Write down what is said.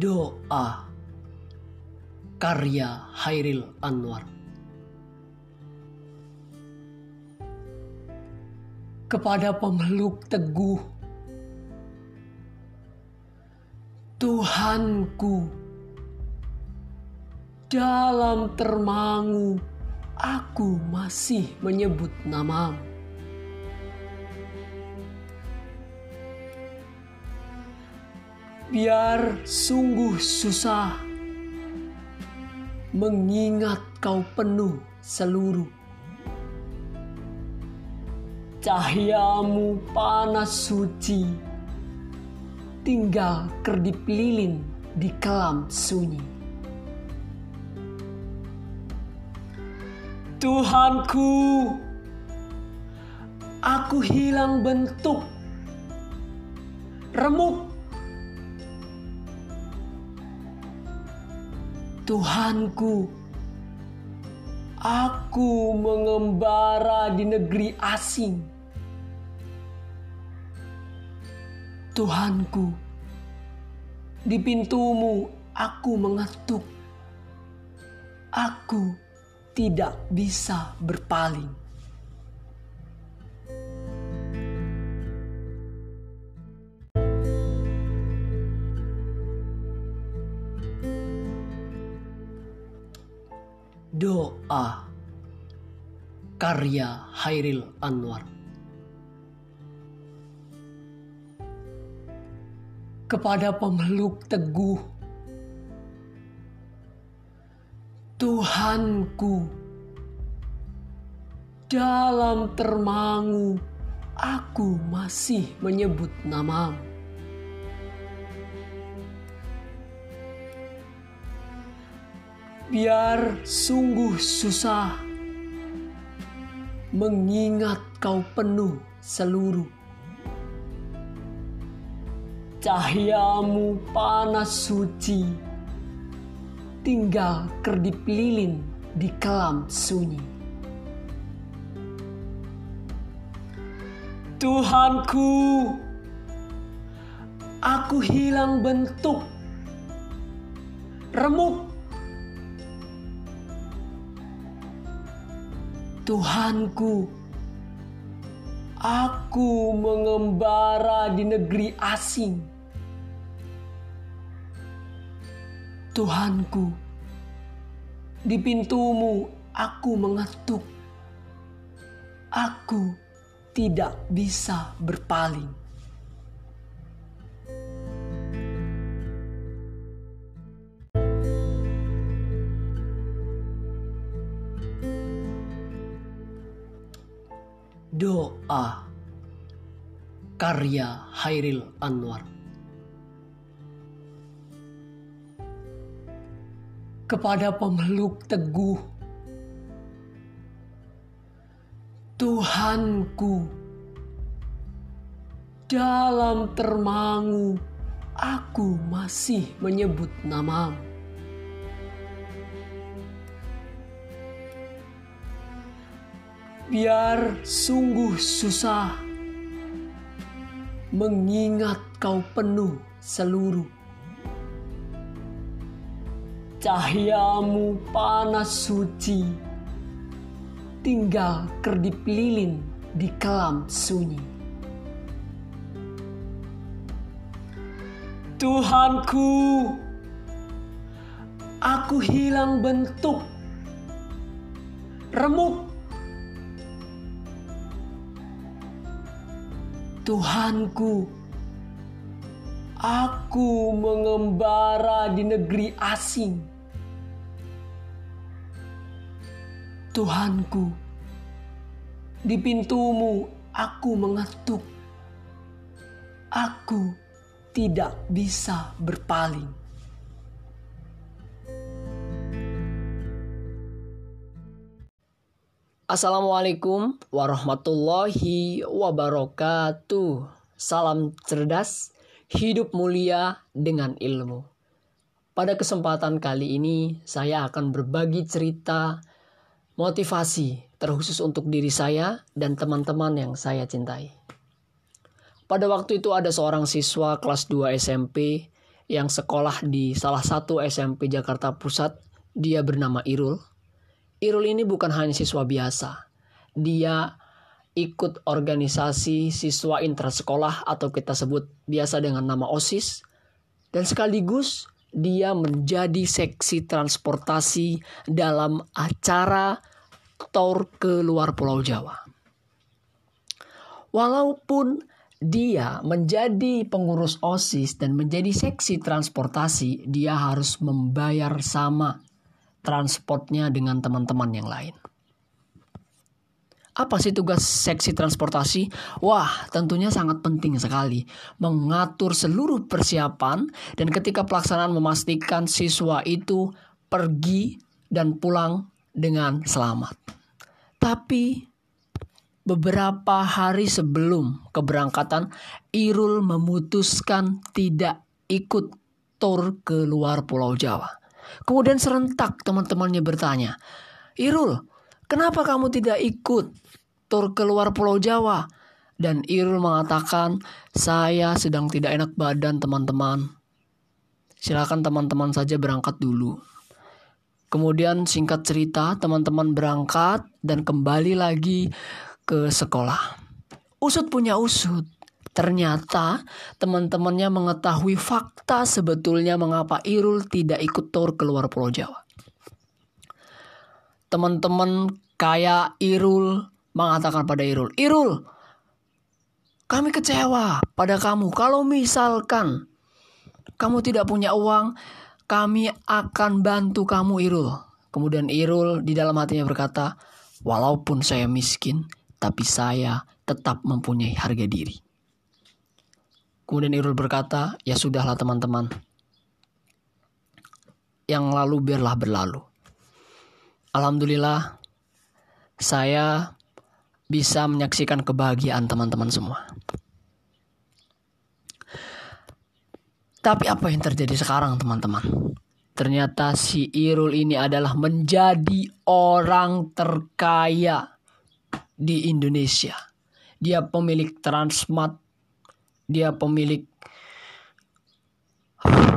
Doa karya Hairil Anwar. Kepada pemeluk teguh, Tuhanku, dalam termangu aku masih menyebut namamu. Biar sungguh susah mengingat kau penuh seluruh. Cahayamu panas suci, tinggal kedip lilin di kelam sunyi. Tuhanku, aku hilang bentuk, remuk. Tuhanku, aku mengembara di negeri asing. Tuhanku, di pintumu aku mengetuk. Aku tidak bisa berpaling. Doa karya Hairil Anwar. Kepada pemeluk teguh, Tuhanku, dalam termangu aku masih menyebut namamu. Biar sungguh susah mengingat kau penuh seluruh. Cahayamu panas suci, tinggal kedip lilin di kelam sunyi. Tuhanku, aku hilang bentuk, remuk. Tuhanku, aku mengembara di negeri asing. Tuhanku, di pintumu aku mengetuk. Aku tidak bisa berpaling. Doa karya Hairil Anwar. Kepada pemeluk teguh, Tuhanku, dalam termangu aku masih menyebut namamu. Biar sungguh susah mengingat kau penuh seluruh. Cahayamu panas suci, tinggal kedip lilin di kelam sunyi. Tuhanku, aku hilang bentuk, remuk. Tuhanku, aku mengembara di negeri asing. Tuhanku, di pintumu aku mengetuk. Aku tidak bisa berpaling. Assalamualaikum warahmatullahi wabarakatuh. Salam cerdas, hidup mulia dengan ilmu. Pada kesempatan kali ini saya akan berbagi cerita motivasi terkhusus untuk diri saya dan teman-teman yang saya cintai. Pada waktu itu ada seorang siswa kelas 2 SMP yang sekolah di salah satu SMP Jakarta Pusat. Dia bernama Irul. Irul ini bukan hanya siswa biasa. Dia ikut organisasi siswa intrasekolah atau kita sebut biasa dengan nama OSIS. Dan sekaligus dia menjadi seksi transportasi dalam acara tour ke luar Pulau Jawa. Walaupun dia menjadi pengurus OSIS dan menjadi seksi transportasi, dia harus membayar sama transportnya dengan teman-teman yang lain. Apa sih tugas seksi transportasi? Wah, tentunya sangat penting sekali. Mengatur seluruh persiapan dan ketika pelaksanaan memastikan siswa itu pergi dan pulang dengan selamat. Tapi beberapa hari sebelum keberangkatan, Irul memutuskan tidak ikut tur ke luar Pulau Jawa. Kemudian serentak teman-temannya bertanya, "Irul, kenapa kamu tidak ikut tur ke luar Pulau Jawa?" Dan Irul mengatakan, "Saya sedang tidak enak badan, teman-teman. Silakan teman-teman saja berangkat dulu." Kemudian singkat cerita, teman-teman berangkat dan kembali lagi ke sekolah. Usut punya usut. Ternyata teman-temannya mengetahui fakta sebetulnya mengapa Irul tidak ikut tur ke luar Pulau Jawa. Teman-teman kayak Irul mengatakan pada Irul, "Irul, kami kecewa pada kamu. Kalau misalkan kamu tidak punya uang, kami akan bantu kamu, Irul." Kemudian Irul di dalam hatinya berkata, "Walaupun saya miskin, tapi saya tetap mempunyai harga diri." Kemudian Irul berkata, "Ya sudahlah teman-teman. Yang lalu biarlah berlalu." Alhamdulillah, saya bisa menyaksikan kebahagiaan teman-teman semua. Tapi apa yang terjadi sekarang, teman-teman? Ternyata si Irul ini adalah menjadi orang terkaya di Indonesia. Dia pemilik Transmart, dia pemilik